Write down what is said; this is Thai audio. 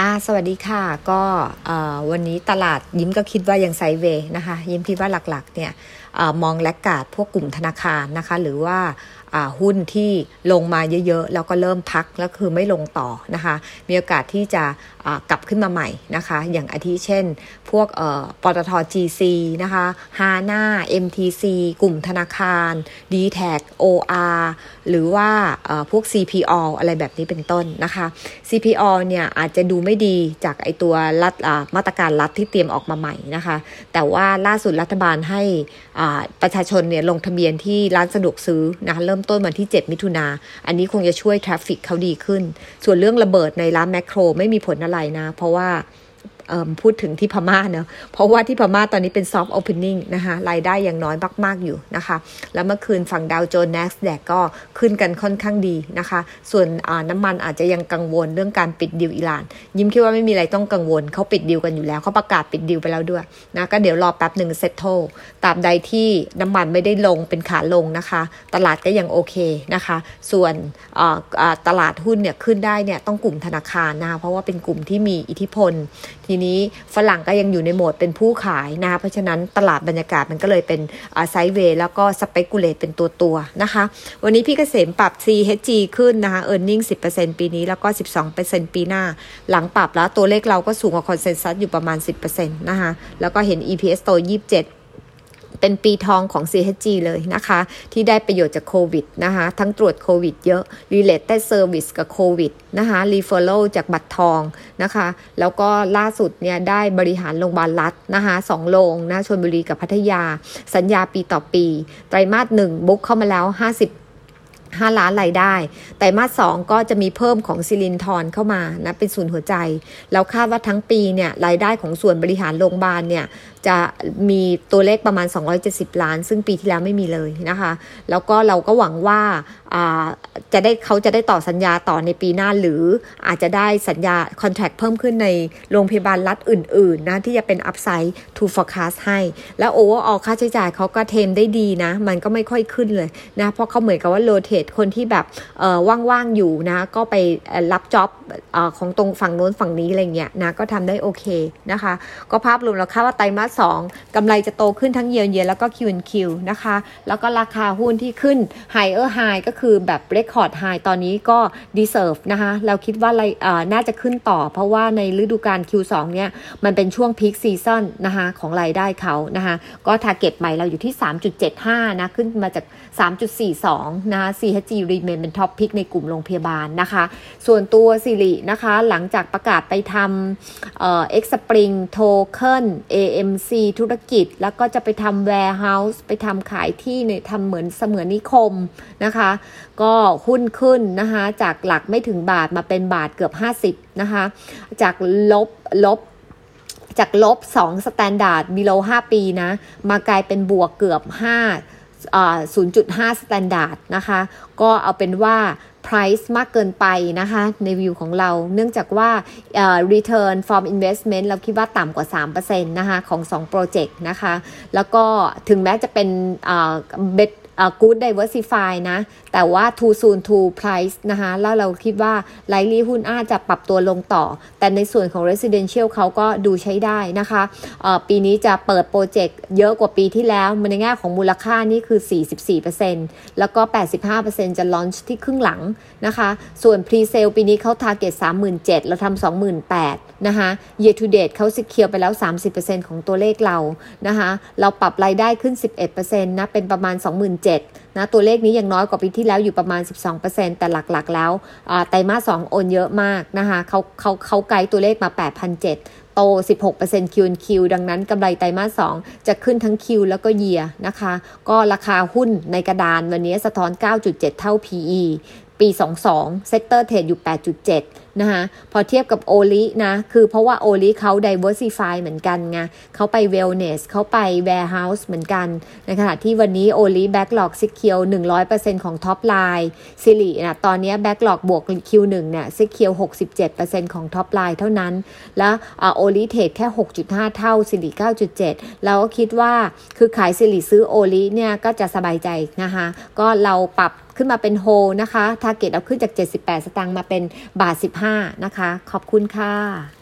สวัสดีค่ะก็วันนี้ตลาดยิ้มก็คิดว่ายังไซด์เวย์นะคะยิ้มคิดว่าหลักๆเนี่ยมองแลกการ์ดพวกกลุ่มธนาคารนะคะหรือว่าหุ้นที่ลงมาเยอะๆแล้วก็เริ่มพักแล้วคือไม่ลงต่อนะคะมีโอกาสที่จะกลับขึ้นมาใหม่นะคะอย่างอาทิเช่นพวกปตท. GC นะคะฮาน่า MTC กลุ่มธนาคาร DTAC OR หรือว่าพวก CPO อะไรแบบนี้เป็นต้นนะคะ CPO เนี่ยอาจจะดูไม่ดีจากไอตัวมาตรการรัฐที่เตรียมออกมาใหม่นะคะแต่ว่าล่าสุดรัฐบาลให้ประชาชนเนี่ยลงทะเบียนที่ร้านสะดวกซื้อนะคะเริ่มต้นวันที่7 มิถุนายนอันนี้คงจะช่วยทราฟฟิกเขาดีขึ้นส่วนเรื่องระเบิดในร้านแมคโครไม่มีผลอะไรนะเพราะว่าพูดถึงที่พม่าเนอะเพราะว่าที่พม่าตอนนี้เป็นซอฟต์โอเพนนิ่งนะคะรายได้ยังน้อยมากๆอยู่นะคะแล้วเมื่อคืนฝั่งดาวโจนส์ NASDAQ ก็ขึ้นกันค่อนข้างดีนะคะส่วนน้ำมันอาจจะยังกังวลเรื่องการปิดดีลอิหร่านยิ้มคิดว่าไม่มีอะไรต้องกังวลเขาปิดดีลกันอยู่แล้วเขาประกาศปิดดีลไปแล้วด้วยนะก็เดี๋ยวรอแป๊บหนึ่งเซตโตตราบใดที่น้ำมันไม่ได้ลงเป็นขาลงนะคะตลาดก็ยังโอเคนะคะส่วนตลาดหุ้นเนี่ยขึ้นได้เนี่ยต้องกลุ่มธนาคารนะคะเพราะว่าเป็นกลุ่มที่มีอิทธิพลทีนี้ฝรั่งก็ยังอยู่ในโหมดเป็นผู้ขายนะคะเพราะฉะนั้นตลาดบรรยากาศมันก็เลยเป็นไซด์เวย์แล้วก็สเปกุเลตเป็นตัวนะคะวันนี้พี่เกษมปรับ CHG ขึ้นนะคะ earning 10% ปีนี้แล้วก็ 12% ปีหน้าหลังปรับแล้วตัวเลขเราก็สูงกว่าคอนเซนซัสอยู่ประมาณ 10% นะคะแล้วก็เห็น EPS โต 27เป็นปีทองของ CHG เลยนะคะที่ได้ประโยชน์จากโควิดนะคะทั้งตรวจโควิดเยอะ related service กับโควิดนะคะ referral จากบัตรทองนะคะแล้วก็ล่าสุดเนี่ยได้บริหารโรงพยาบาลรัฐนะคะ2โรงนะชลบุรีกับพัทยาสัญญาปีต่อปีไตรมาส1บุ๊กเข้ามาแล้ว5 ล้านรายได้แต่มาส2ก็จะมีเพิ่มของซิลินทรเข้ามานะเป็นศูนย์หัวใจแล้วคาดว่าทั้งปีเนี่ยรายได้ของส่วนบริหารโรงพยาบาลเนี่ยจะมีตัวเลขประมาณ270 ล้านซึ่งปีที่แล้วไม่มีเลยนะคะแล้วก็เราก็หวังว่าเขาจะได้ต่อสัญญาต่อในปีหน้าหรืออาจจะได้สัญญาคอนแทรคเพิ่มขึ้นในโรงพยาบาลรัฐอื่นๆนะที่จะเป็น upside to forecast ให้แล้ว overall ค่าใช้จ่ายเขาก็เทรนได้ดีนะมันก็ไม่ค่อยขึ้นเลยนะเพราะเขาเหมือนกับว่า rotate คนที่แบบว่างๆอยู่นะก็ไปรับจ็อบของตรงฝั่งโน้นฝั่งนี้อะไรเงี้ยนะก็ทำได้โอเคนะคะก็ภาพรวมเราคาดว่าไตรมาส2กำไรจะโตขึ้นทั้ง year แล้วก็ Q&Q นะคะแล้วก็ราคาหุ้นที่ขึ้น higher high ก็คือแบบ record high ตอนนี้ก็ deserve นะคะเราคิดว่าน่าจะขึ้นต่อเพราะว่าในฤดูกาล Q2 เนี่ยมันเป็นช่วง peak season นะคะของรายได้เขานะคะก็ target ใหม่เราอยู่ที่ 3.75 นะขึ้นมาจาก 3.42 นะคะ CHG remain เป็น top pick ในกลุ่มโรงพยาบาลนะคะส่วนตัวสิรินะคะหลังจากประกาศไปทำXpring Token AMC ธุรกิจแล้วก็จะไปทำ warehouse ไปทำขายที่ในทำเหมือนเสมือนนิคมนะคะก็หุ้นขึ้นนะคะจากหลักไม่ถึงบาทมาเป็นบาทเกือบ50นะคะจากลบ2 standard below 5 ปีนะมากลายเป็นบวกเกือบ0.5 standard นะคะก็เอาเป็นว่าprice มากเกินไปนะคะในวิวของเราเนื่องจากว่าreturn from investment เราคิดว่าต่ำกว่า 3% นะคะของ2โปรเจกต์นะคะแล้วก็ถึงแม้จะเป็นgood diversify นะแต่ว่า too soon to price นะคะแล้วเราคิดว่า likely หุ้นอาจจะปรับตัวลงต่อแต่ในส่วนของ residential เขาก็ดูใช้ได้นะคะปีนี้จะเปิดโปรเจกต์เยอะกว่าปีที่แล้วในแง่ของมูลค่านี่คือ 44% แล้วก็ 85% จะ launch ที่ครึ่งหลังนะคะส่วน pre-sale ปีนี้เขา target 37,000 เราทำ 28,000 นะคะ year to date เขา secure ไปแล้ว 30% ของตัวเลขเรานะคะเราปรับรายได้ขึ้น 11% นะเป็นประมาณ 27,000 นะตัวเลขนี้ยังน้อยกว่าปีที่แล้วอยู่ประมาณ 12% แต่หลักๆแล้วไตรมาส2โอนเยอะมากนะคะเขาไกด์ตัวเลขมา 8,700 โต 16% Q&Q ดังนั้นกำไรไตรมาส2จะขึ้นทั้ง Q แล้วก็ Year นะคะก็ราคาหุ้นในกระดานวันนี้สะท้อน 9.7 เท่า PE ปี 22 Sector Trade อยู่ 8.7 นะคะพอเทียบกับโอลินะคือเพราะว่าโอลิเขา diversify เหมือนกันไงเขาไป wellness เขาไป warehouse เหมือนกันในขณะที่วันนี้โอลิ backlog secure 100% ของ top line สิรินะตอนนี้ backlog บวก Q1 เนี่ย secure 67% ของ top line เท่านั้นแล้วโอลิเทรดแค่ 6.5 เท่าสิริ 9.7 เราก็คิดว่าคือขายสิริซื้อโอลิเนี่ยก็จะสบายใจนะคะก็เราปรับขึ้นมาเป็นโฮนะคะ ทาร์เก็ตเอาขึ้นจาก78 สตางค์มาเป็นบาท 15นะคะขอบคุณค่ะ